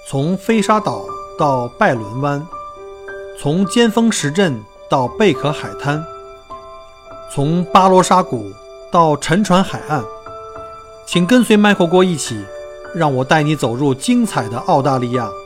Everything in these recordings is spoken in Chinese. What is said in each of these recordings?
从飞沙岛到拜伦湾，从尖峰石镇到贝壳海滩，从巴罗沙谷到沉船海岸，请跟随麦克郭一起，让我带你走入精彩的澳大利亚。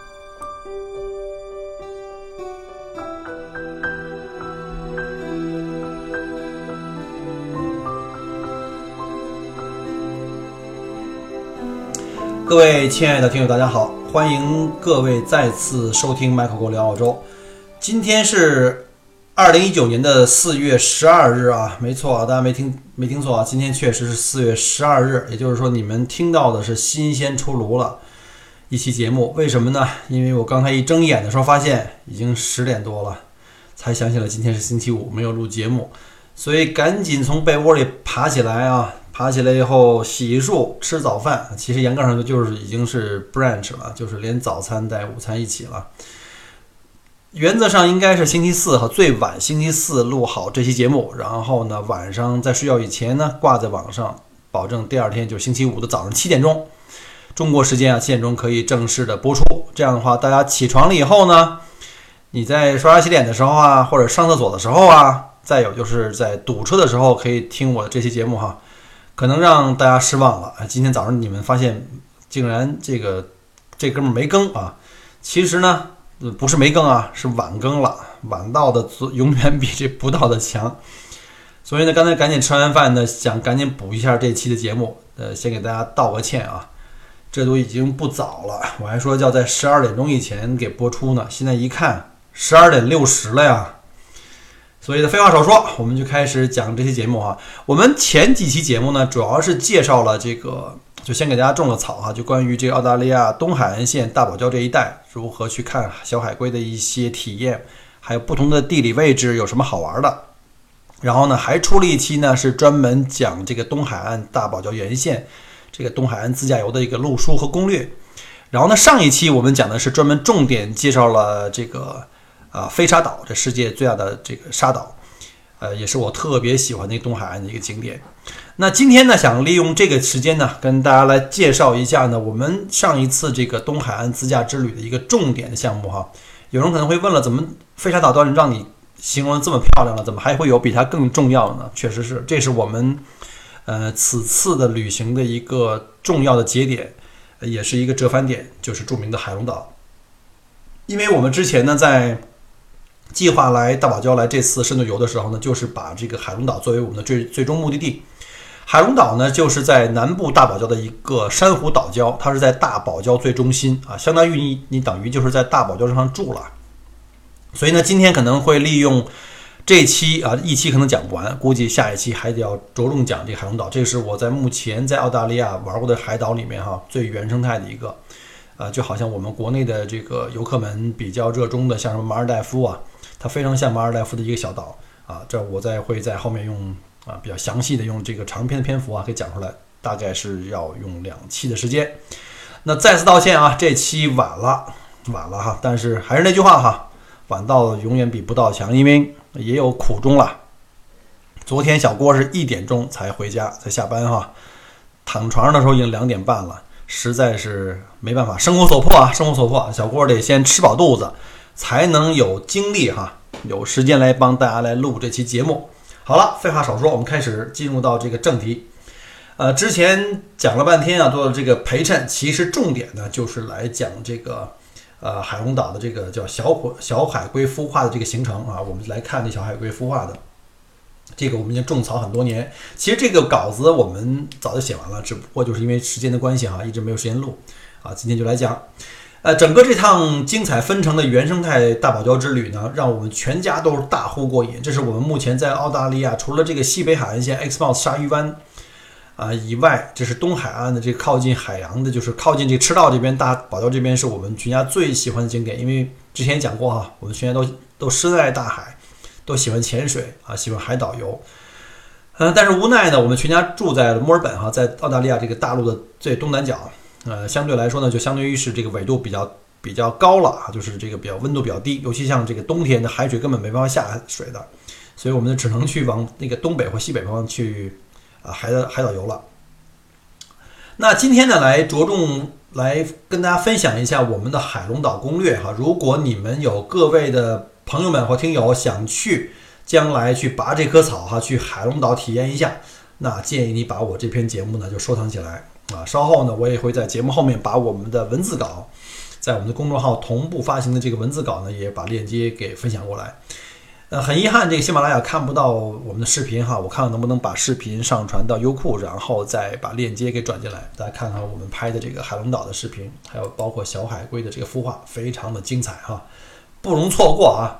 各位亲爱的听友大家好，欢迎各位再次收听麦克郭聊澳洲。今天是2019年的4月12日啊，没错啊，大家没听错啊，今天确实是4月12日，也就是说你们听到的是新鲜出炉了一期节目。为什么呢？因为我刚才一睁眼的时候发现已经10点多了，才想起来今天是星期五，没有录节目，所以赶紧从被窝里爬起来啊。爬起来以后洗漱吃早饭，其实严格上就是已经是 brunch 了，就是连早餐带午餐一起了。原则上应该是星期四和最晚星期四录好这期节目，然后呢晚上在睡觉以前呢挂在网上，保证第二天就是星期五的早上7点钟中国时间啊7点钟可以正式的播出。这样的话大家起床了以后呢，你在刷牙洗脸的时候啊，或者上厕所的时候啊，再有就是在堵车的时候可以听我的这期节目哈。可能让大家失望了，今天早上你们发现竟然这哥们没更啊。其实呢不是没更啊，是晚更了，晚到的永远比这不到的强。所以呢刚才赶紧吃完饭呢，想赶紧补一下这期的节目，先给大家道个歉啊。这都已经不早了，我还说要在12点钟以前给播出呢，现在一看12点60了呀。所以呢，废话少说，我们就开始讲这期节目哈。我们前几期节目呢，主要是介绍了这个，就先给大家种了草哈，就关于这个澳大利亚东海岸线大堡礁这一带如何去看小海龟的一些体验，还有不同的地理位置有什么好玩的。然后呢，还出了一期呢，是专门讲这个东海岸大堡礁沿线这个东海岸自驾游的一个路书和攻略。然后呢，上一期我们讲的是专门重点介绍了这个。飞沙岛，这世界最大的这个沙岛，也是我特别喜欢的东海岸的一个景点。那今天呢，想利用这个时间呢，跟大家来介绍一下呢，我们上一次这个东海岸自驾之旅的一个重点的项目哈。有人可能会问了，怎么飞沙岛到底让你形容的这么漂亮了，怎么还会有比它更重要的呢？确实是，这是我们此次的旅行的一个重要的节点，也是一个折返点，就是著名的海龙岛。因为我们之前呢，在计划来大堡礁来这次深度游的时候呢，就是把这个海龙岛作为我们的最终目的地。海龙岛呢，就是在南部大堡礁的一个珊瑚岛礁，它是在大堡礁最中心啊，相当于你等于就是在大堡礁上住了。所以呢，今天可能会利用这期一期可能讲不完，估计下一期还得要着重讲这个海龙岛。这是我在目前在澳大利亚玩过的海岛里面最原生态的一个。就好像我们国内的这个游客们比较热衷的，像什么马尔代夫啊，它非常像马尔代夫的一个小岛啊。这我会在后面用比较详细的用这个长篇的篇幅给讲出来，大概是要用2期的时间。那再次道歉啊，这期晚了哈，但是还是那句话哈，晚到永远比不到强，因为也有苦衷了。昨天小郭是1点钟才回家，才下班哈，躺床上的时候已经2点半了。实在是没办法，生活所迫，小郭得先吃饱肚子，才能有精力有时间来帮大家来录这期节目。好了，废话少说，我们开始进入到这个正题。之前讲了半天做这个陪衬，其实重点呢就是来讲这个海龙岛的这个叫小海龟孵化的这个行程啊，我们来看这小海龟孵化的。这个我们已经种草很多年，其实这个稿子我们早就写完了，只不过就是因为时间的关系一直没有时间录今天就来讲。整个这趟精彩纷呈的原生态大堡礁之旅呢，让我们全家都是大呼过瘾。这是我们目前在澳大利亚除了这个西北海岸线 Exmouth 鲨鱼湾以外，这是东海岸的这个靠近海洋的，就是靠近这个赤道这边大堡礁这边是我们全家最喜欢的景点。因为之前讲过我们全家都深爱大海，都喜欢潜水喜欢海岛游。但是无奈呢，我们全家住在墨尔本在澳大利亚这个大陆的最东南角，相对来说呢，就相当于是这个纬度比较高了就是这个温度比较低，尤其像这个冬天的海水根本没办法下水的，所以我们只能去往那个东北或西北方去海岛游了。 那今天呢，来着重来跟大家分享一下我们的海龙岛攻略哈。如果你们有各位的朋友们或听友想去将来去拔这棵草哈，去海龙岛体验一下，那建议你把我这篇节目呢就收藏起来啊。稍后呢，我也会在节目后面把我们的文字稿，在我们的公众号同步发行的这个文字稿呢，也把链接给分享过来。很遗憾，这个喜马拉雅看不到我们的视频哈，我看看能不能把视频上传到优酷，然后再把链接给转进来，大家看看我们拍的这个海龙岛的视频，还有包括小海龟的这个孵化，非常的精彩哈，不容错过啊！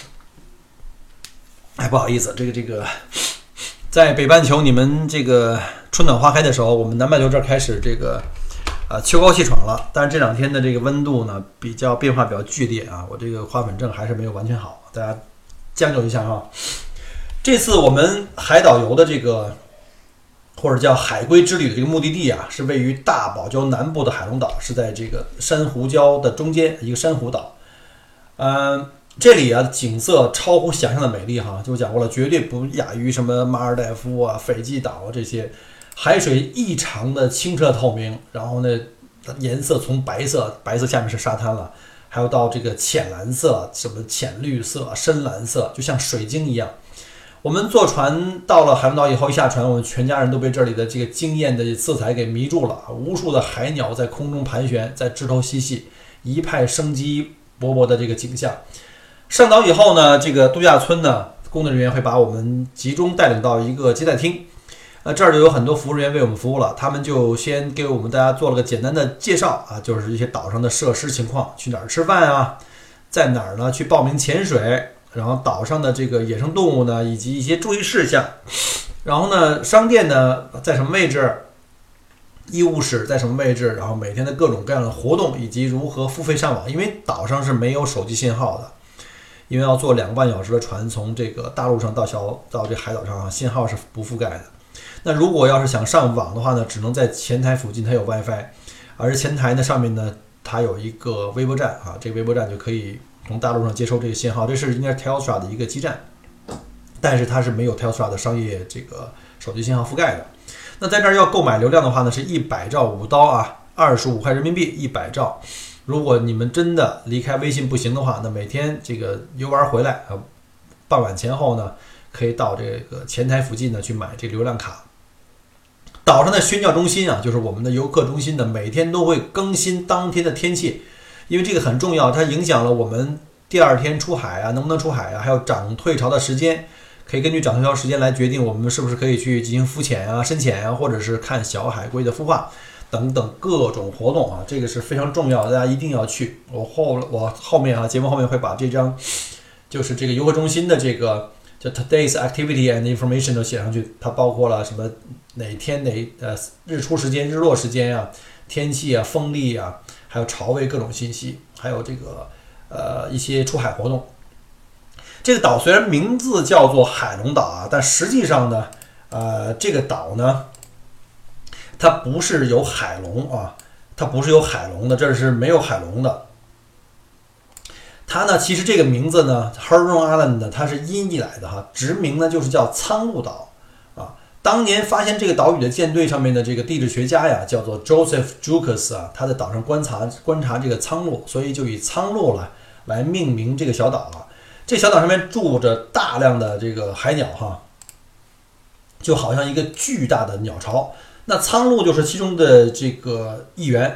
哎，不好意思，这个，在北半球你们这个春暖花开的时候，我们南半球这儿开始这个秋高气爽了，但是这两天的这个温度呢变化比较剧烈啊，我这个花粉症还是没有完全好，大家将就一下哈。这次我们海岛游的这个或者叫海龟之旅的这个目的地啊，是位于大堡礁南部的海龙岛，是在这个珊瑚礁的中间一个珊瑚岛。这里啊景色超乎想象的美丽哈，就讲过了，绝对不亚于什么马尔代夫啊、斐济岛啊这些。海水异常的清澈透明，然后呢颜色从白色下面是沙滩了，还有到这个浅蓝色、什么浅绿色、深蓝色，就像水晶一样。我们坐船到了海龙岛以后，一下船，我们全家人都被这里的这个惊艳的色彩给迷住了。无数的海鸟在空中盘旋，在枝头嬉戏，一派生机勃勃的这个景象。上岛以后呢，这个度假村呢，工作人员会把我们集中带领到一个接待厅。这儿就有很多服务人员为我们服务了，他们就先给我们大家做了个简单的介绍啊，就是一些岛上的设施情况，去哪儿吃饭啊，在哪儿呢去报名潜水，然后岛上的这个野生动物呢，以及一些注意事项，然后呢商店呢在什么位置，医务室在什么位置，然后每天的各种各样的活动，以及如何付费上网，因为岛上是没有手机信号的，因为要坐2个半小时的船从这个大陆上到这海岛上，信号是不覆盖的。那如果要是想上网的话呢，只能在前台附近它有 WiFi， 而前台呢上面呢它有一个微波站啊，这个微波站就可以从大陆上接收这个信号，这是应该是 Telstra 的一个基站，但是它是没有 Telstra 的商业这个手机信号覆盖的。那在这儿要购买流量的话呢，是100兆5刀啊，25块人民币100兆。如果你们真的离开微信不行的话，那每天这个游玩回来啊，傍晚前后呢，可以到这个前台附近呢去买这个流量卡。岛上的宣教中心啊，就是我们的游客中心呢，每天都会更新当天的天气，因为这个很重要，它影响了我们第二天出海啊，能不能出海啊，还有涨退潮的时间，可以根据涨退潮时间来决定我们是不是可以去进行浮潜啊、深潜啊，或者是看小海龟的孵化等等各种活动啊，这个是非常重要的，大家一定要去。我后面啊，节目后面会把这张就是这个游客中心的这个叫 Today's Activity and Information 都写上去，它包括了什么哪天日出时间、日落时间啊、天气啊、风力啊，还有潮位各种信息，还有这个一些出海活动。这个岛虽然名字叫做海龙岛啊，但实际上呢，这个岛呢，它不是有海龙啊，它不是有海龙的，这是没有海龙的。它呢，其实这个名字呢 ，Heron Island 呢，它是音译来的哈，直名呢就是叫苍鹭岛啊。当年发现这个岛屿的舰队上面的这个地质学家呀，叫做 Joseph Jukas 啊，他在岛上观察这个苍鹭，所以就以苍鹭来命名这个小岛了。这小岛上面住着大量的这个海鸟哈，就好像一个巨大的鸟巢。那苍鹭就是其中的这个一员。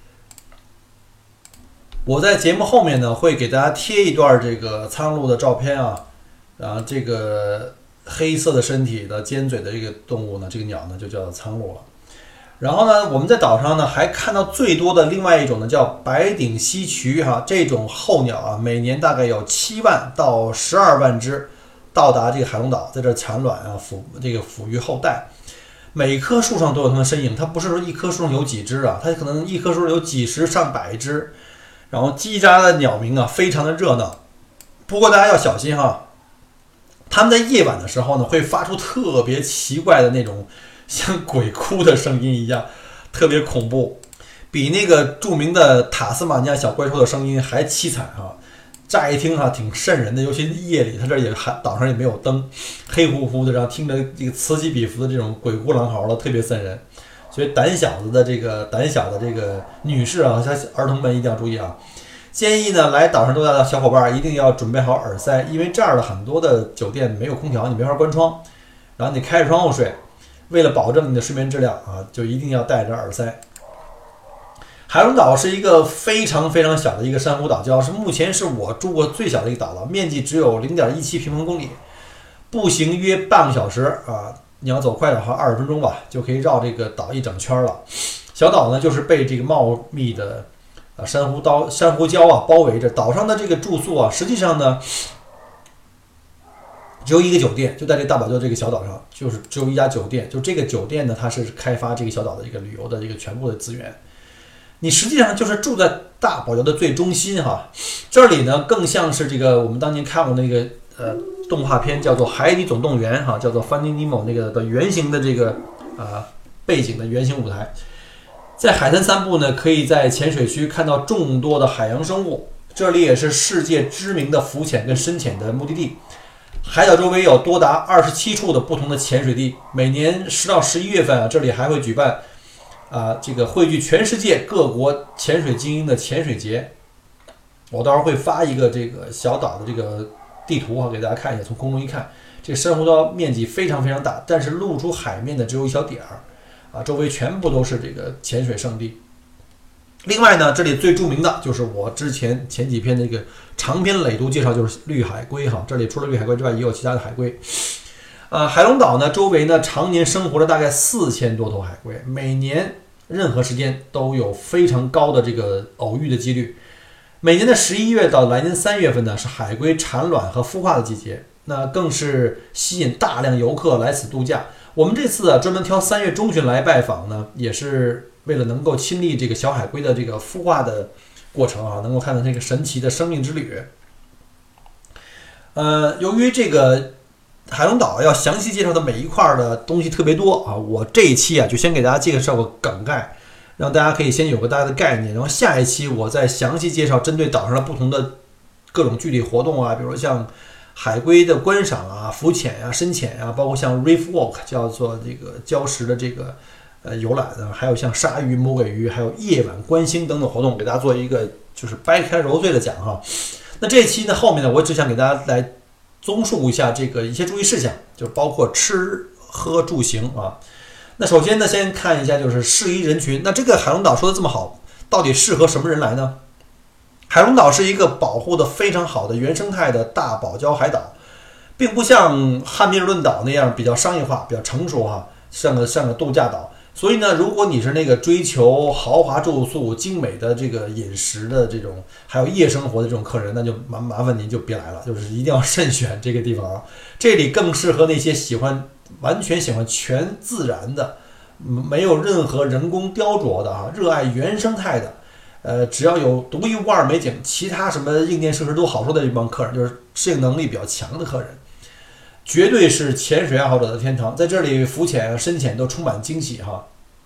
我在节目后面呢会给大家贴一段这个苍鹭的照片啊，然后这个黑色的身体的尖嘴的这个动物呢，这个鸟呢就叫做苍鹭了。然后呢，我们在岛上呢还看到最多的另外一种呢叫白顶西渠哈，这种候鸟啊，每年大概有7万到12万只到达这个海龙岛，在这产卵啊，抚育后代。每棵树上都有它们身影，它不是说一棵树上有几只啊，它可能一棵树上有几十上百只。然后叽喳的鸟鸣啊，非常的热闹。不过大家要小心哈，他们在夜晚的时候呢，会发出特别奇怪的那种像鬼哭的声音一样，特别恐怖，比那个著名的塔斯马尼亚小怪兽的声音还凄惨哈。乍一听哈，挺瘆人的，尤其夜里，它这也岛上也没有灯，黑乎乎的，然后听着这个此起彼伏的这种鬼哭狼嚎的，特别瘆人。 所以胆小的这个女士啊，和儿童们一定要注意啊。建议呢，来岛上度假的小伙伴一定要准备好耳塞，因为这儿的很多的酒店没有空调，你没法关窗，然后你开着窗户睡。为了保证你的睡眠质量啊，就一定要带着耳塞。海龙岛是一个非常非常小的一个珊瑚岛礁，是目前是我住过最小的一个岛了，面积只有0.17平方公里，步行约半个小时啊。你要走快的话，20分钟吧，就可以绕这个岛一整圈了。小岛呢，就是被这个茂密的珊瑚礁啊包围着。岛上的这个住宿啊，实际上呢，只有一个酒店，就在这大堡礁这个小岛上，就是只有一家酒店。就这个酒店呢，它是开发这个小岛的一个旅游的这个全部的资源。你实际上就是住在大堡礁的最中心哈，这里呢更像是这个我们当年看过那个动画片叫做《海底总动员》哈，叫做 Finding Nemo 那个的原型的这个背景的原型舞台。在海滩散步呢，可以在浅水区看到众多的海洋生物，这里也是世界知名的浮潜跟深潜的目的地。海岛周围有多达27处的不同的潜水地，每年10到11月份啊，这里还会举办这个汇聚全世界各国潜水精英的潜水节。我到时候会发一个这个小岛的这个地图啊，给大家看一下。从空中一看，这个珊瑚礁面积非常非常大，但是露出海面的只有一小点儿啊，周围全部都是这个潜水圣地。另外呢，这里最著名的就是我前几篇这个长篇累牍介绍，就是绿海龟哈。这里除了绿海龟之外，也有其他的海龟。海龙岛呢，周围呢常年生活着大概4000多头海龟，每年任何时间都有非常高的这个偶遇的几率。每年的11月到来年3月份呢，是海龟产卵和孵化的季节，那更是吸引大量游客来此度假。我们这次专门挑3月中旬来拜访呢，也是为了能够亲历这个小海龟的这个孵化的过程啊，能够看到这个神奇的生命之旅。由于这个海龙岛要详细介绍的每一块的东西特别多啊，我这一期就先给大家介绍个梗概，让大家可以先有个大概的概念，然后下一期我再详细介绍针对岛上的不同的各种具体活动啊，比如像海龟的观赏啊、浮潜啊、深潜啊，包括像 Reef Walk 叫做这个礁石的这个游览啊，还有像鲨鱼、魔鬼鱼，还有夜晚观星等等活动，给大家做一个就是掰开揉碎的讲哈。那这一期呢，后面呢，我只想给大家来综述一下这个一些注意事项，就包括吃喝住行啊。那首先呢，先看一下就是适宜人群。那这个海龙岛说的这么好，到底适合什么人来呢？海龙岛是一个保护的非常好的原生态的大堡礁海岛，并不像汉密尔顿岛那样比较商业化、比较成熟哈，像个度假岛。所以呢，如果你是那个追求豪华住宿、精美的这个饮食的这种，还有夜生活的这种客人，那就麻烦您就别来了，就是一定要慎选这个地方啊。这里更适合那些完全喜欢全自然的，没有任何人工雕琢的啊，热爱原生态的，只要有独一无二美景，其他什么硬件设施都好说的这帮客人，就是适应能力比较强的客人。绝对是潜水爱好者的天堂，在这里浮潜、深潜都充满惊喜哈。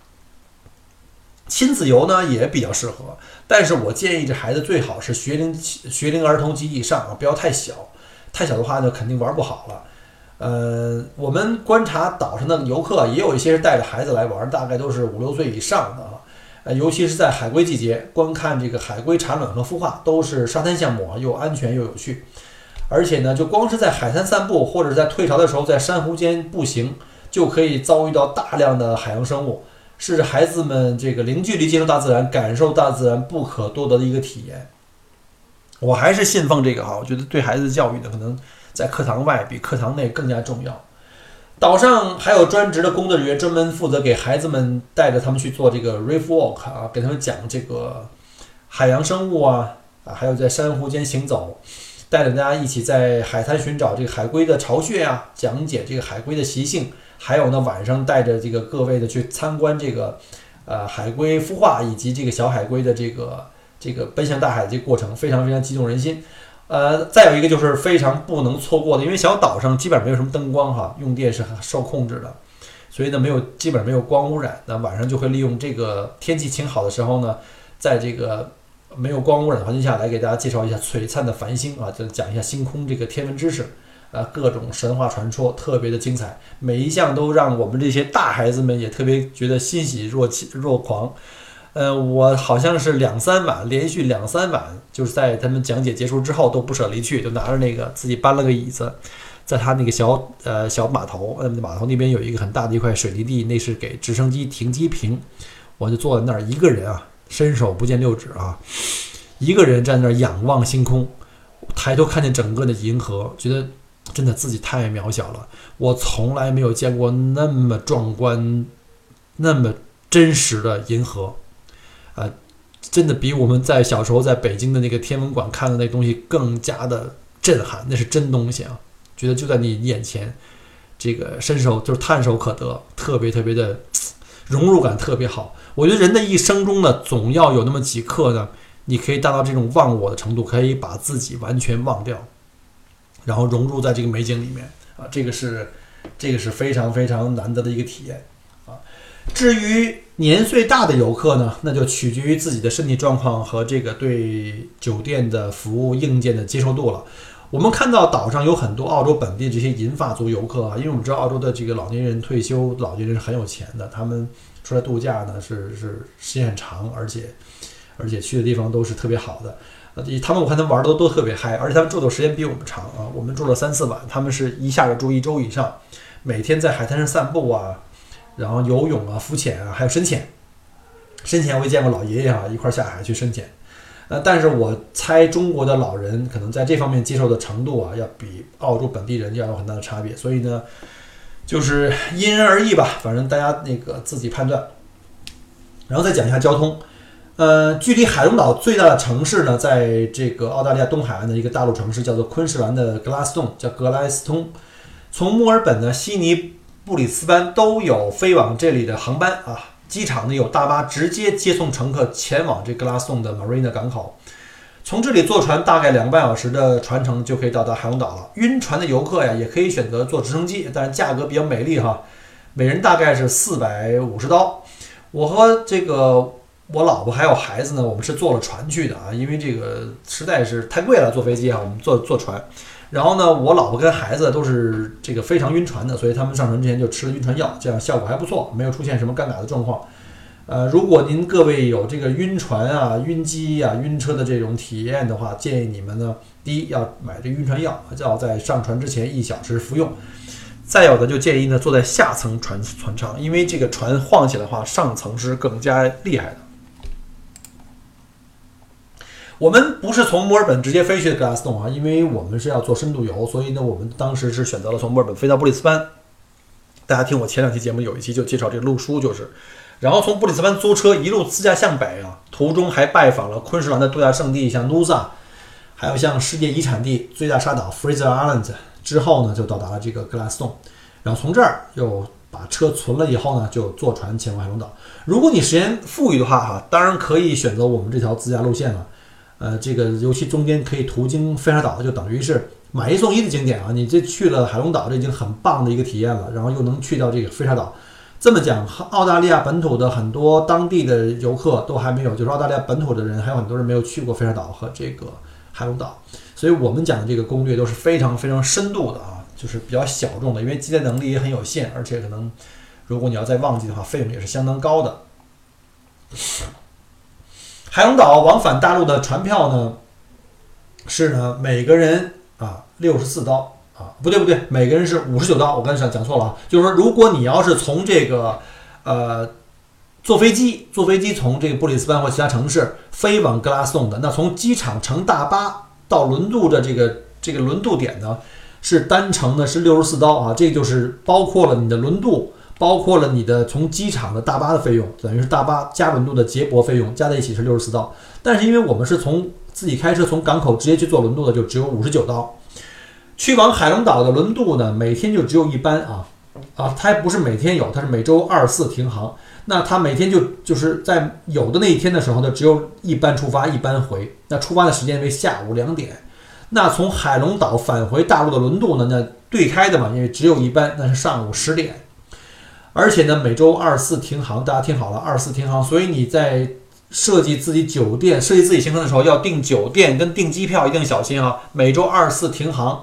亲子游呢也比较适合，但是我建议这孩子最好是学龄儿童及以上啊，不要太小，太小的话呢肯定玩不好了。我们观察岛上的游客也有一些是带着孩子来玩，大概都是5、6岁以上的啊。尤其是在海龟季节，观看这个海龟产卵和孵化都是沙滩项目啊，又安全又有趣。而且呢，就光是在海滩散步，或者在退潮的时候在珊瑚间步行，就可以遭遇到大量的海洋生物，是孩子们这个零距离接触大自然、感受大自然不可多得的一个体验。我还是信奉这个哈，我觉得对孩子的教育呢，可能在课堂外比课堂内更加重要。岛上还有专职的工作人员，专门负责给孩子们带着他们去做这个 Reef Walk 啊，给他们讲这个海洋生物还有在珊瑚间行走。带着大家一起在海滩寻找这个海龟的巢穴啊，讲解这个海龟的习性，还有呢晚上带着这个各位的去参观这个海龟孵化以及这个小海龟的这个奔向大海的这个过程，非常非常激动人心。再有一个就是非常不能错过的，因为小岛上基本上没有什么灯光哈，用电是受控制的，所以呢基本上没有光污染。那晚上就会利用这个天气晴好的时候呢，在这个没有光污染的环境下来给大家介绍一下璀璨的繁星啊，就讲一下星空这个天文知识各种神话传说，特别的精彩，每一项都让我们这些大孩子们也特别觉得欣喜若狂。我好像是连续两三晚，就是在他们讲解结束之后都不舍离去，就拿着那个自己搬了个椅子，在他那个小码头，码头那边有一个很大的一块水泥地，那是给直升机停机坪，我就坐在那儿一个人啊，伸手不见六指啊，一个人站在那儿仰望星空，抬头看见整个的银河，觉得真的自己太渺小了。我从来没有见过那么壮观、那么真实的银河，真的比我们在小时候在北京的那个天文馆看的那东西更加的震撼，那是真东西啊！觉得就在你眼前，这个伸手就是探手可得，特别特别的融入感特别好。我觉得人的一生中呢，总要有那么几刻呢，你可以达到这种忘我的程度，可以把自己完全忘掉，然后融入在这个美景里面啊，这个是非常非常难得的一个体验啊。至于年岁大的游客呢，那就取决于自己的身体状况和这个对酒店的服务硬件的接受度了。我们看到岛上有很多澳洲本地这些银发族游客啊，因为我们知道澳洲的这个老年人退休，老年人是很有钱的，他们出来度假呢是时间很长，而且去的地方都是特别好的。他们我看他们玩的都特别嗨，而且他们住的时间比我们长啊，我们住了3-4晚，他们是一下就住1周以上，每天在海滩上散步啊，然后游泳啊、浮潜啊，还有深潜。深潜我也见过老爷爷啊，一块下海去深潜。但是我猜中国的老人可能在这方面接受的程度啊，要比澳洲本地人要有很大的差别。所以呢，就是因人而异吧，反正大家那个自己判断。然后再讲一下交通。距离海龙岛最大的城市呢，在这个澳大利亚东海岸的一个大陆城市叫做昆士兰的格拉斯顿，叫格莱斯通。从墨尔本呢、悉尼、布里斯班都有飞往这里的航班啊。机场呢有大巴直接接送乘客前往这格拉斯顿的 Marina 港口。从这里坐船大概2个半小时的船程就可以到达海龙岛了。晕船的游客呀，也可以选择坐直升机，但是价格比较美丽哈，每人大概是$450。我和我老婆还有孩子呢，我们是坐了船去的啊，因为这个实在是太贵了，坐飞机啊，我们坐船。然后呢，我老婆跟孩子都是这个非常晕船的，所以他们上船之前就吃了晕船药，这样效果还不错，没有出现什么尴尬的状况。如果您各位有这个晕船啊、晕机啊、晕车的这种体验的话，建议你们呢，第一要买这晕船药，要在上船之前1小时服用。再有的就建议呢，坐在下层船舱，因为这个船晃起来的话，上层是更加厉害的。我们不是从墨尔本直接飞去的格拉斯顿啊，因为我们是要做深度游，所以呢，我们当时是选择了从墨尔本飞到布里斯班。大家听我前2期节目有一期就介绍这个路书，然后从布里斯班租车一路自驾向北啊，途中还拜访了昆士兰的度假胜地，像 Noosa， 还有像世界遗产地最大沙岛 Fraser Island。之后呢，就到达了这个格拉斯顿，然后从这儿又把车存了以后呢，就坐船前往海龙岛。如果你时间富裕的话哈，当然可以选择我们这条自驾路线了。这个尤其中间可以途经飞沙岛，就等于是买1送1的景点啊！你这去了海龙岛，这已经很棒的一个体验了，然后又能去到这个飞沙岛。这么讲，澳大利亚本土的很多当地的游客都还没有，就是澳大利亚本土的人还有很多人没有去过飞沙岛和这个海龙岛，所以我们讲的这个攻略都是非常非常深度的啊，就是比较小众的，因为接待能力也很有限，而且可能如果你要在旺季的话，费用也是相当高的。海龙岛往返大陆的船票呢，是呢每个人啊$64啊，不对，每个人是$59。我刚才讲错了啊，就是说如果你要是从这个坐飞机从这个布里斯班或其他城市飞往格拉斯顿的，那从机场乘大巴到轮渡的这个轮渡点呢，是单程呢是$64啊，这就是包括了你的轮渡。包括了你的从机场的大巴的费用，等于是大巴加轮渡的接驳费用加在一起是$64。但是因为我们是从自己开车从港口直接去坐轮渡的，就只有$59。去往海龙岛的轮渡呢，每天就只有1班啊，它还不是每天有，它是每周2、4停航。那它每天就是在有的那一天的时候呢，只有1班出发，1班回。那出发的时间为下午2点。那从海龙岛返回大陆的轮渡呢，那对开的嘛，因为只有1班，那是上午10点。而且呢，每周2、4停航，大家听好了，2、4停航。所以你在设计自己酒店、设计自己行程的时候，要订酒店跟订机票一定小心啊。每周2、4停航，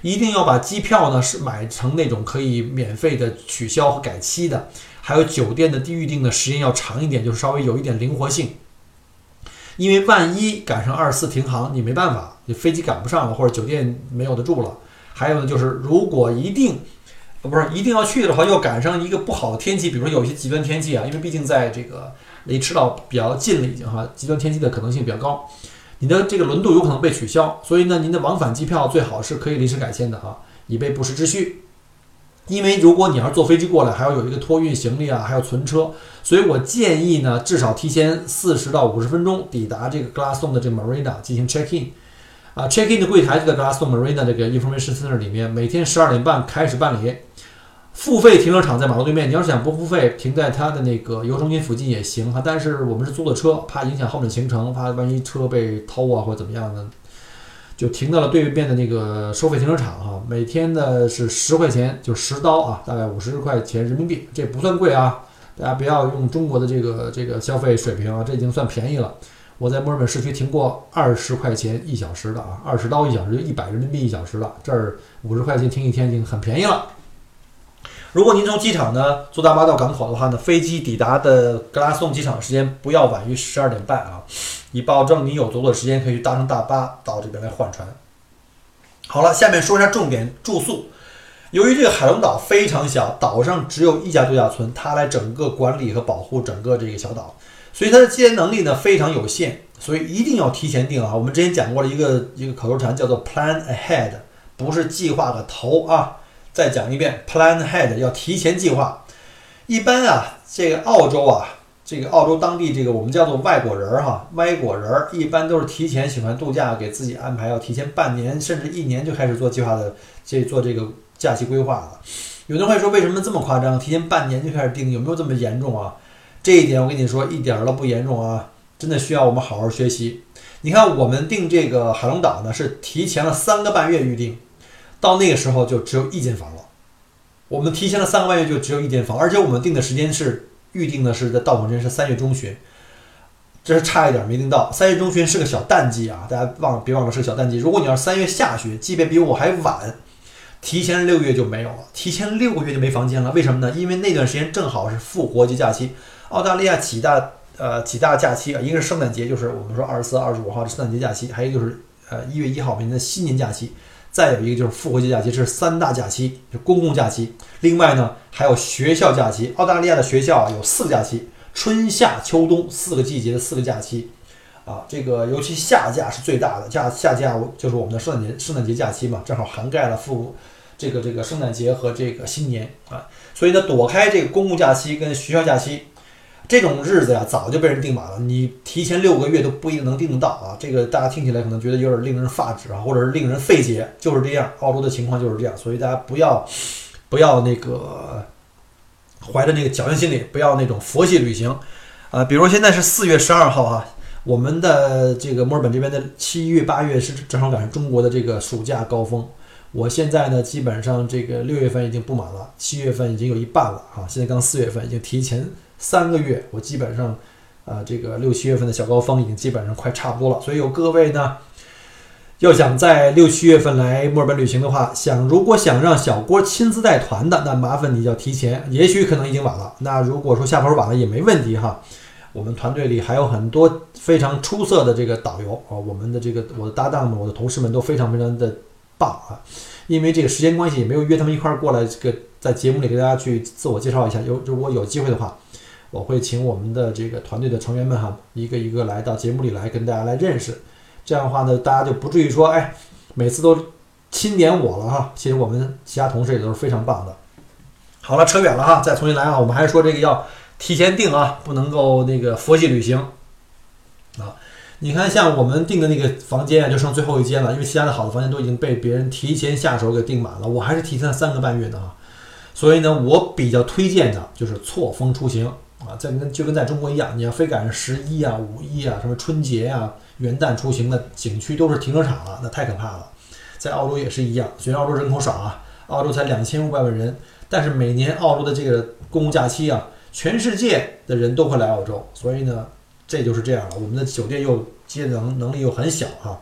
一定要把机票呢是买成那种可以免费的取消和改期的，还有酒店的预订的时间要长一点，就是稍微有一点灵活性。因为万一赶上24停航，你没办法，你飞机赶不上了，或者酒店没有得住了。还有呢，就是如果一定要去的话，又赶上一个不好的天气，比如说有一些极端天气啊，因为毕竟在这个离赤道比较近了已经哈，极端天气的可能性比较高，你的这个轮渡有可能被取消，所以呢，您的往返机票最好是可以临时改签的啊，以备不时之需。因为如果你要是坐飞机过来，还要有一个托运行李啊，还要存车，所以我建议呢，至少提前40到50分钟抵达这个 Glasgow 的这个 Marina 进行 check in。check in 的柜台就在 Glasgow Marina 这个 Information Center 里面，每天12点半开始办理。付费停车场在马路对面，你要是想不付费，停在它的那个邮中心附近也行哈。但是我们是租的车，怕影响后面的行程，怕万一车被偷啊或者怎么样的，就停到了对面的那个收费停车场哈。每天的是10块钱，就10刀啊，大概50块钱人民币，这不算贵啊。大家不要用中国的这个消费水平啊，这已经算便宜了。我在墨尔本市区停过20块钱1小时的啊，20刀1小时就100人民币1小时了，这儿50块钱停一天已经很便宜了。如果您从机场呢坐大巴到港口的话呢，飞机抵达的格拉斯顿机场时间不要晚于12点半啊，以保证你有足够的时间可以搭乘大巴到这边来换船。好了，下面说一下重点住宿。由于这个海龙岛非常小，岛上只有一家度假村，它来整个管理和保护整个这个小岛，所以它的接待能力呢非常有限，所以一定要提前订啊。我们之前讲过了一个口头禅叫做 Plan Ahead， 不是计划个头啊。再讲一遍 ，Plan Ahead 要提前计划。一般啊，这个澳洲当地这个我们叫做外国人哈，外国人一般都是提前喜欢度假，给自己安排要提前半年甚至1年就开始做计划的，做这个假期规划了。有人会说为什么这么夸张？提前半年就开始定，有没有这么严重啊？这一点我跟你说一点都不严重啊，真的需要我们好好学习。你看我们订这个海龙岛呢，是提前了3个半月预定。到那个时候就只有1间房了，我们提前了3个半月就只有1间房，而且我们定的时间是预定的是在到访时间是3月中旬，这是差一点没定到。3月中旬是个小淡季啊，大家别忘了是个小淡季。如果你要是3月下旬，即便比我还晚，提前6个月就没有了，提前6个月就没房间了。为什么呢？因为那段时间正好是复活节假期，澳大利亚几大假期啊，一个是圣诞节，就是我们说24、25号的圣诞节假期，还有就是1月1号每年的新年假期。再有一个就是复活节假期，这是3大假期，就公共假期。另外呢，还有学校假期。澳大利亚的学校有4个假期，春夏秋冬4个季节的4个假期。这个尤其夏假是最大的，夏假就是我们的圣诞节假期嘛，正好涵盖了这个圣诞节和这个新年啊。所以呢，躲开这个公共假期跟学校假期。这种日子呀，早就被人订满了，你提前6个月都不一定能订得到啊！这个大家听起来可能觉得有点令人发指啊，或者是令人费解，就是这样。澳洲的情况就是这样，所以大家不要那个怀着那个侥幸心理，不要那种佛系旅行啊。比如现在是4月12号哈，我们的这个墨尔本这边的7月8月是正好赶上中国的这个暑假高峰。我现在呢，基本上这个6月份已经布满了，7月份已经有一半了啊，现在刚4月份已经提前3个月，我基本上，这个6、7月份的小高峰已经基本上快差不多了。所以有各位呢，要想在6、7月份来墨尔本旅行的话，如果想让小郭亲自带团的，那麻烦你要提前，也许可能已经晚了。那如果说下坡晚了也没问题哈，我们团队里还有很多非常出色的这个导游啊，我的搭档们、我的同事们都非常非常的棒啊。因为这个时间关系，也没有约他们一块儿过来，这个在节目里给大家去自我介绍一下。如果有机会的话，我会请我们的这个团队的成员们哈，一个一个来到节目里来跟大家来认识。这样的话呢，大家就不至于说，每次都钦点我了哈。其实我们其他同事也都是非常棒的。好了，扯远了哈，再重新来啊。我们还是说这个要提前订啊，不能够那个佛系旅行啊。你看，像我们订的那个房间啊，就剩最后一间了，因为其他的好的房间都已经被别人提前下手给订满了，我还是提前了3个半月的啊。所以呢，我比较推荐的就是错峰出行啊，就跟在中国一样，你要非赶上11啊、5·1啊、什么春节啊、元旦出行的景区都是停车场了，那太可怕了。在澳洲也是一样，虽然澳洲人口少啊，澳洲才2500万人，但是每年澳洲的这个公共假期啊，全世界的人都会来澳洲，所以呢，这就是这样了。我们的酒店又接待能力又很小哈。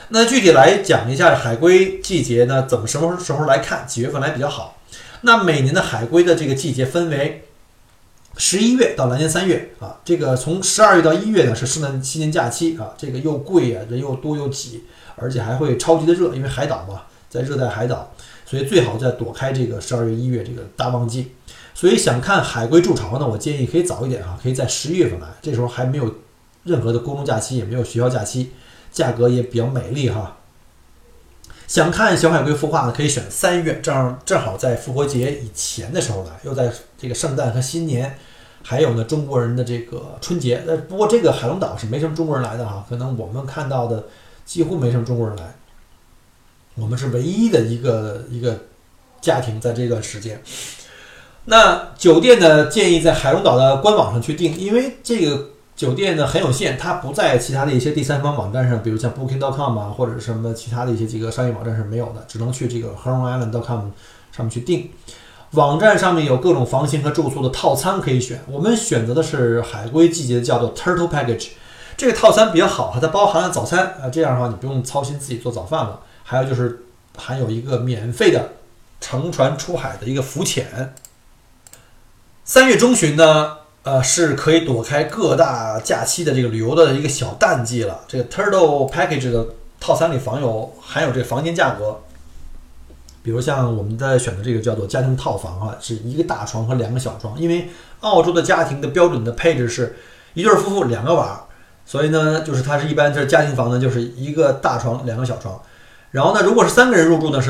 那具体来讲一下海龟季节呢，怎么什么时候来看，几月份来比较好？那每年的海龟的这个季节分为11月到来年3月啊，这个从12月到1月呢是圣诞新年假期啊，这个又贵啊，人又多又挤，而且还会超级的热，因为海岛嘛，在热带海岛，所以最好在躲开这个12月1月这个大旺季。所以想看海龟筑巢呢，我建议可以早一点啊，可以在11月份来，这时候还没有任何的公众假期，也没有学校假期，价格也比较美丽哈。想看小海龟孵化呢，可以选3月，正好在复活节以前的时候来，又在这个圣诞和新年，还有呢中国人的这个春节。不过这个海龙岛是没什么中国人来的哈，可能我们看到的几乎没什么中国人来，我们是唯一的一个家庭在这段时间。那酒店呢，建议在海龙岛的官网上去订，因为这个酒店呢很有限，它不在其他的一些第三方网站上，比如像 Booking.com 啊，或者什么其他的一些几个商业网站是没有的，只能去这个 HerongIsland.com 上面去订。网站上面有各种房型和住宿的套餐可以选，我们选择的是海龟季节的叫做 Turtle Package， 这个套餐比较好，它包含了早餐啊，这样的话你不用操心自己做早饭了。还有就是含有一个免费的乘船出海的一个浮潜。3月中旬呢，是可以躲开各大假期的这个旅游的一个小淡季了。这个 Turtle Package 的套餐里含有这个房间价格，比如像我们在选的这个叫做家庭套房啊，是一个大床和2个小床，因为澳洲的家庭的标准的配置是一对夫妇2个娃，所以呢，就是它是一般就是家庭房呢，就是一个大床2个小床。然后呢，如果是3个人入住呢是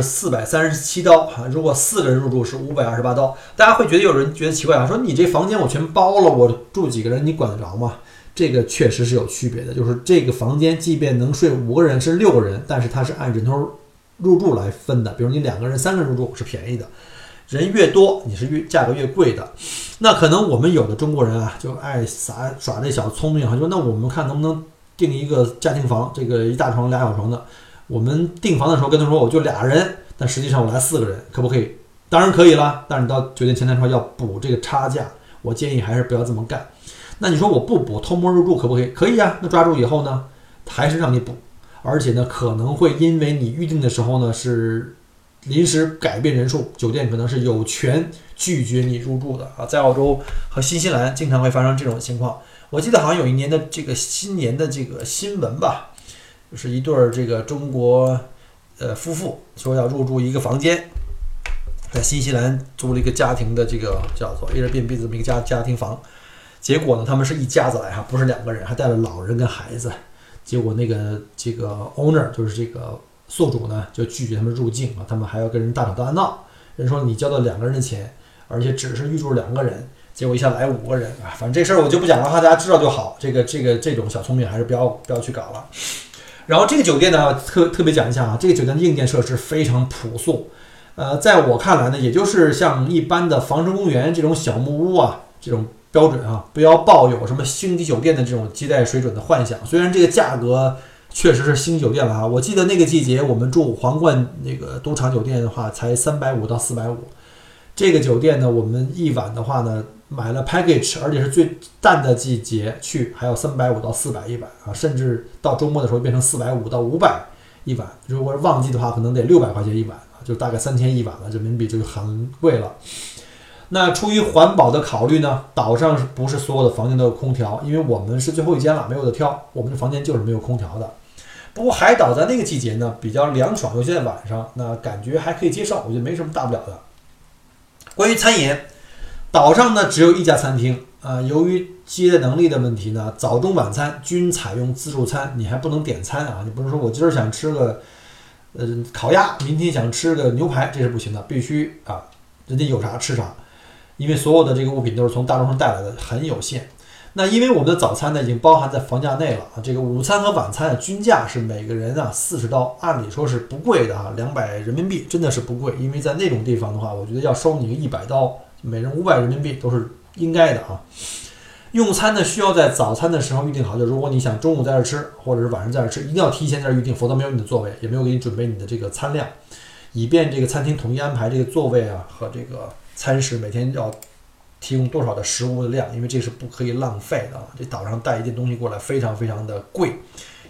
437刀啊，如果4个人入住是528刀。大家会觉得有人觉得奇怪啊，说你这房间我全包了，我住几个人你管得着吗？这个确实是有区别的，就是这个房间即便能睡5个人是6个人，但是它是按人头入住来分的，比如你2个人3个人入住是便宜的，人越多你是价格越贵的。那可能我们有的中国人啊就爱耍这小聪明啊，说那我们看能不能订一个家庭房，这个一大床2小床的。我们订房的时候跟他说我就2人，但实际上我来4个人，可不可以？当然可以了，但是你到酒店前台说要补这个差价，我建议还是不要这么干。那你说我不补，偷摸入住可不可以？可以啊，那抓住以后呢，还是让你补，而且呢可能会因为你预定的时候呢是临时改变人数，酒店可能是有权拒绝你入住的啊。在澳洲和新西兰经常会发生这种情况。我记得好像有一年的这个新年的这个新闻吧。就是一对这个中国夫妇说要入住一个房间，在新西兰租了一个家庭的这个叫做 Airbnb 这么一个家庭房，结果呢他们是一家子来哈，不是2个人，还带了老人跟孩子，结果这个 owner 就是这个宿主呢就拒绝他们入境啊，他们还要跟人大吵大闹，人说你交到2个人的钱，而且只是预住2个人，结果一下来5个人啊，反正这事儿我就不讲了哈，大家知道就好，这种小聪明还是不要去搞了。然后这个酒店呢，特别讲一下啊，这个酒店的硬件设施非常朴素，在我看来呢，也就是像一般的房城公园这种小木屋啊，这种标准啊，不要抱有什么星级酒店的这种接待水准的幻想。虽然这个价格确实是星级酒店了啊，我记得那个季节我们住皇冠那个赌场酒店的话，才350到450。这个酒店呢，我们一晚的话呢，买了 package， 而且是最淡的季节去，还有350到400一晚啊，甚至到周末的时候变成450到500一晚。如果是旺季的话，可能得600块钱一晚啊，就大概3000一晚了，人民币就很贵了。那出于环保的考虑呢，岛上不是所有的房间都有空调，因为我们是最后一间了，没有得挑，我们的房间就是没有空调的。不过海岛在那个季节呢比较凉爽，尤其在晚上，那感觉还可以接受，我觉得没什么大不了的。关于餐饮，岛上呢只有一家餐厅由于接待能力的问题呢，早中晚餐均采用自助餐，你还不能点餐啊，你不能说我今儿想吃个烤鸭，明天想吃个牛排，这是不行的，必须啊人家有啥吃啥，因为所有的这个物品都是从大陆上带来的，很有限。那因为我们的早餐呢已经包含在房价内了啊，这个午餐和晚餐均价是每个人40刀，按理说是不贵的200人民币真的是不贵，因为在那种地方的话，我觉得要收你100刀，每人500人民币都是应该的啊。用餐呢需要在早餐的时候预定好，就如果你想中午在这吃，或者是晚上在这吃，一定要提前在这预定，否则没有你的座位，也没有给你准备你的这个餐量，以便这个餐厅统一安排这个座位和这个餐食每天要提供多少的食物的量，因为这是不可以浪费的啊！这岛上带一件东西过来非常非常的贵，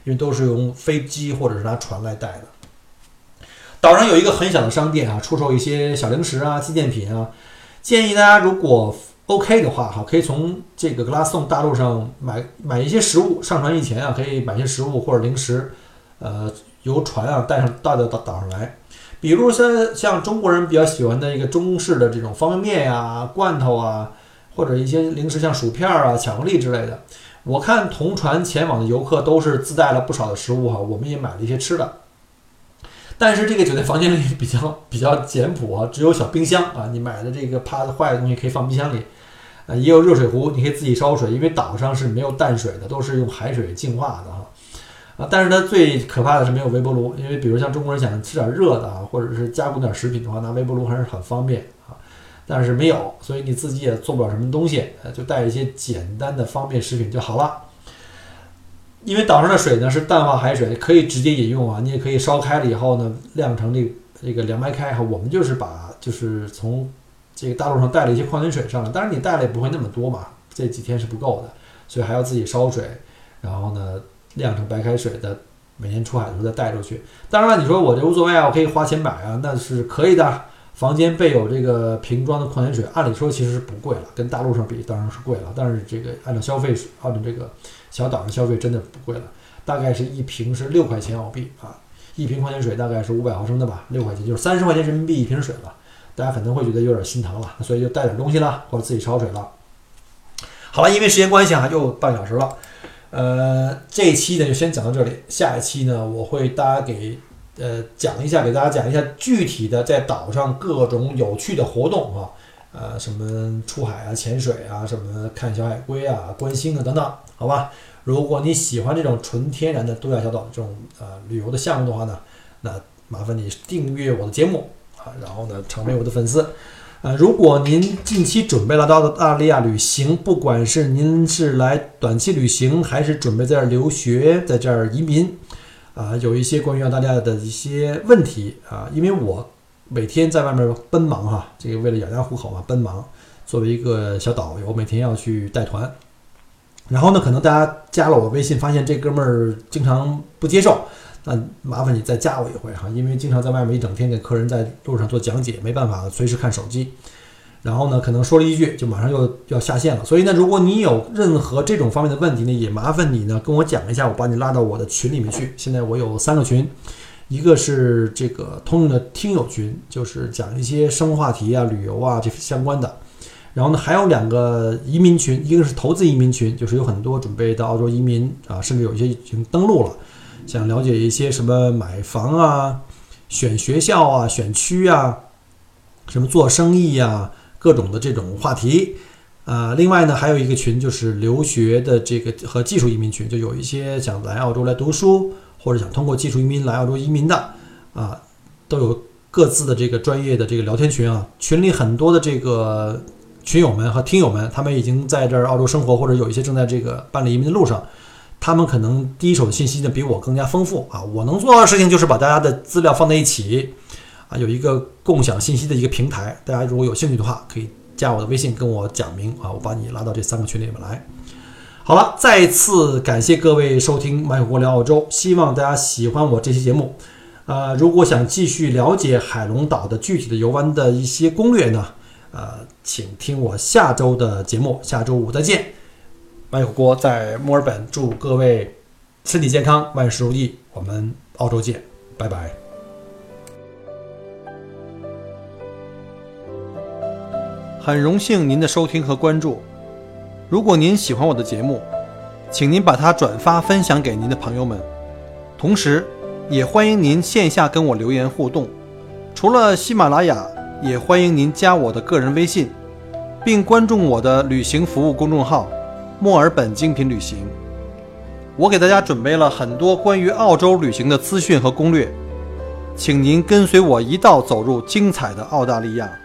因为都是用飞机或者是拿船来带的。岛上有一个很小的商店啊，出售一些小零食啊、纪念品啊。建议大家如果 OK 的话哈，可以从这个格拉松大陆上买一些食物，上船以前啊，可以买些食物或者零食，由船啊带到岛上来。比如像中国人比较喜欢的一个中式的这种方便面呀、罐头啊，或者一些零食像薯片啊、巧克力之类的。我看同船前往的游客都是自带了不少的食物哈，我们也买了一些吃的。但是这个酒店房间里比较简朴啊，只有小冰箱啊，你买的这个怕坏的东西可以放冰箱里，也有热水壶，你可以自己烧水，因为岛上是没有淡水的，都是用海水净化的哈。但是它最可怕的是没有微波炉，因为比如像中国人想吃点热的啊，或者是加工点食品的话，拿微波炉还是很方便啊。但是没有，所以你自己也做不了什么东西，就带一些简单的方便食品就好了。因为岛上的水呢是淡化海水，可以直接饮用啊，你也可以烧开了以后呢晾成这个凉白开哈。我们就是从这个大陆上带了一些矿泉水上来，当然你带了也不会那么多嘛，这几天是不够的，所以还要自己烧水，然后呢晾成白开水的，每天出海的时候再带出去。当然了，你说我这无所谓啊，我可以花钱买啊，那是可以的。房间备有这个瓶装的矿泉水，按理说其实是不贵了，跟大陆上比当然是贵了，但是这个按照这个小岛的消费真的不贵了，大概是一瓶是6块钱澳币啊，一瓶矿泉水大概是500毫升的吧，6块钱就是30块钱人民币一瓶水了，大家可能会觉得有点心疼了，所以就带点东西了，或者自己烧水了。好了，因为时间关系啊，又半小时了，这一期呢就先讲到这里，下一期呢我会给大家讲一下具体的在岛上各种有趣的活动啊，什么出海啊、潜水啊，什么看小海龟啊、观星啊等等，好吧？如果你喜欢这种纯天然的度假小岛的这种旅游的项目的话呢，那麻烦你订阅我的节目啊，然后呢成为我的粉丝。如果您近期准备来到澳大利亚旅行，不管是您是来短期旅行，还是准备在这儿留学，在这儿移民。有一些关于澳大利亚的一些问题啊，因为我每天在外面奔忙哈，这个为了养家糊口嘛，奔忙。作为一个小导游，每天要去带团，然后呢，可能大家加了我微信，发现这哥们儿经常不接受，那麻烦你再加我一回哈，因为经常在外面一整天给客人在路上做讲解，没办法随时看手机。然后呢，可能说了一句就马上又要下线了，所以呢，如果你有任何这种方面的问题呢，也麻烦你呢跟我讲一下，我把你拉到我的群里面去。现在我有3个群，一个是这个通用的听友群，就是讲一些生活话题啊、旅游啊这相关的。然后呢，还有2个移民群，一个是投资移民群，就是有很多准备到澳洲移民啊，甚至有一些已经登陆了，想了解一些什么买房啊、选学校啊、选区啊、什么做生意啊。各种的这种话题，另外呢，还有一个群就是留学的这个和技术移民群，就有一些想来澳洲来读书，或者想通过技术移民来澳洲移民的，都有各自的这个专业的这个聊天群啊。群里很多的这个群友们和听友们，他们已经在这儿澳洲生活，或者有一些正在这个办理移民的路上，他们可能第一手的信息呢比我更加丰富啊。我能做到的事情就是把大家的资料放在一起。有一个共享信息的一个平台，大家如果有兴趣的话，可以加我的微信跟我讲明啊，我把你拉到这3个群里面来。好了，再次感谢各位收听麦克国聊澳洲，希望大家喜欢我这期节目。如果想继续了解海龙岛的具体的游玩的一些攻略呢，请听我下周的节目，下周5再见。麦克国在墨尔本，祝各位身体健康，万事如意，我们澳洲见，拜拜。很荣幸您的收听和关注。如果您喜欢我的节目，请您把它转发分享给您的朋友们。同时，也欢迎您线下跟我留言互动。除了喜马拉雅，也欢迎您加我的个人微信，并关注我的旅行服务公众号“墨尔本精品旅行”。我给大家准备了很多关于澳洲旅行的资讯和攻略，请您跟随我一道走入精彩的澳大利亚。